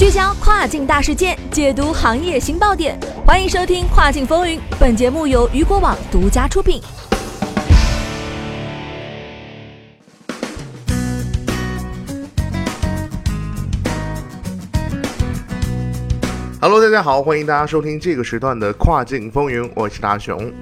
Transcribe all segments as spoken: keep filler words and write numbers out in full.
聚焦跨境大事件，解读行业新爆点，欢迎收听《跨境风云》。本节目由雨果网独家出品。 Hello， 大家好，欢迎大家收听这个时段的《跨境风云》，我是大雄。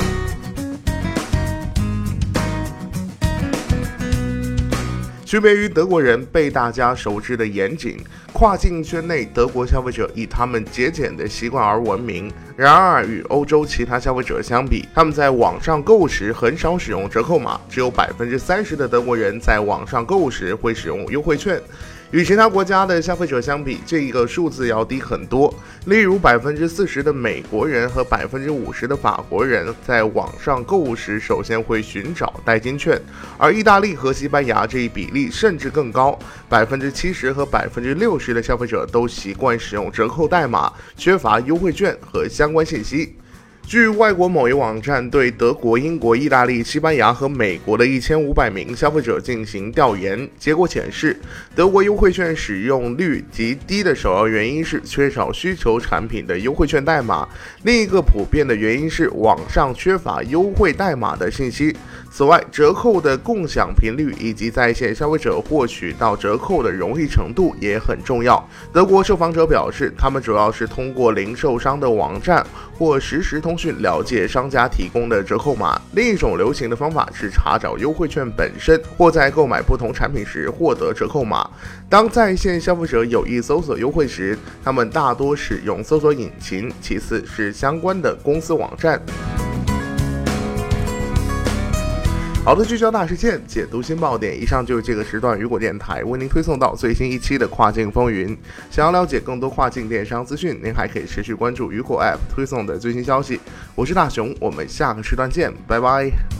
区别于德国人被大家熟知的严谨，跨境圈内德国消费者以他们节俭的习惯而闻名。然而，与欧洲其他消费者相比，他们在网上购物时很少使用折扣码，只有百分之三十的德国人在网上购物时会使用优惠券。与其他国家的消费者相比，这个数字要低很多。例如，百分之四十的美国人和百分之五十的法国人在网上购物时，首先会寻找代金券，而意大利和西班牙这一比例甚至更高，百分之七十和百分之六十的消费者都习惯使用折扣代码，缺乏优惠券和相关信息。据外国某一网站对德国、英国、意大利、西班牙和美国的一千五百名消费者进行调研，结果显示，德国优惠券使用率极低的首要原因是缺少需求产品的优惠券代码，另一个普遍的原因是网上缺乏优惠代码的信息。此外，折扣的共享频率以及在线消费者获取到折扣的容易程度也很重要。德国受访者表示，他们主要是通过零售商的网站或实时通讯了解商家提供的折扣码。另一种流行的方法是查找优惠券本身，或在购买不同产品时获得折扣码。当在线消费者有意搜索优惠时，他们大多使用搜索引擎，其次是相关的公司网站。好的，聚焦大事件，解读新爆点。以上就是这个时段雨果电台为您推送到最新一期的跨境风云。想要了解更多跨境电商资讯，您还可以持续关注雨果 App 推送的最新消息。我是大雄，我们下个时段见，拜拜。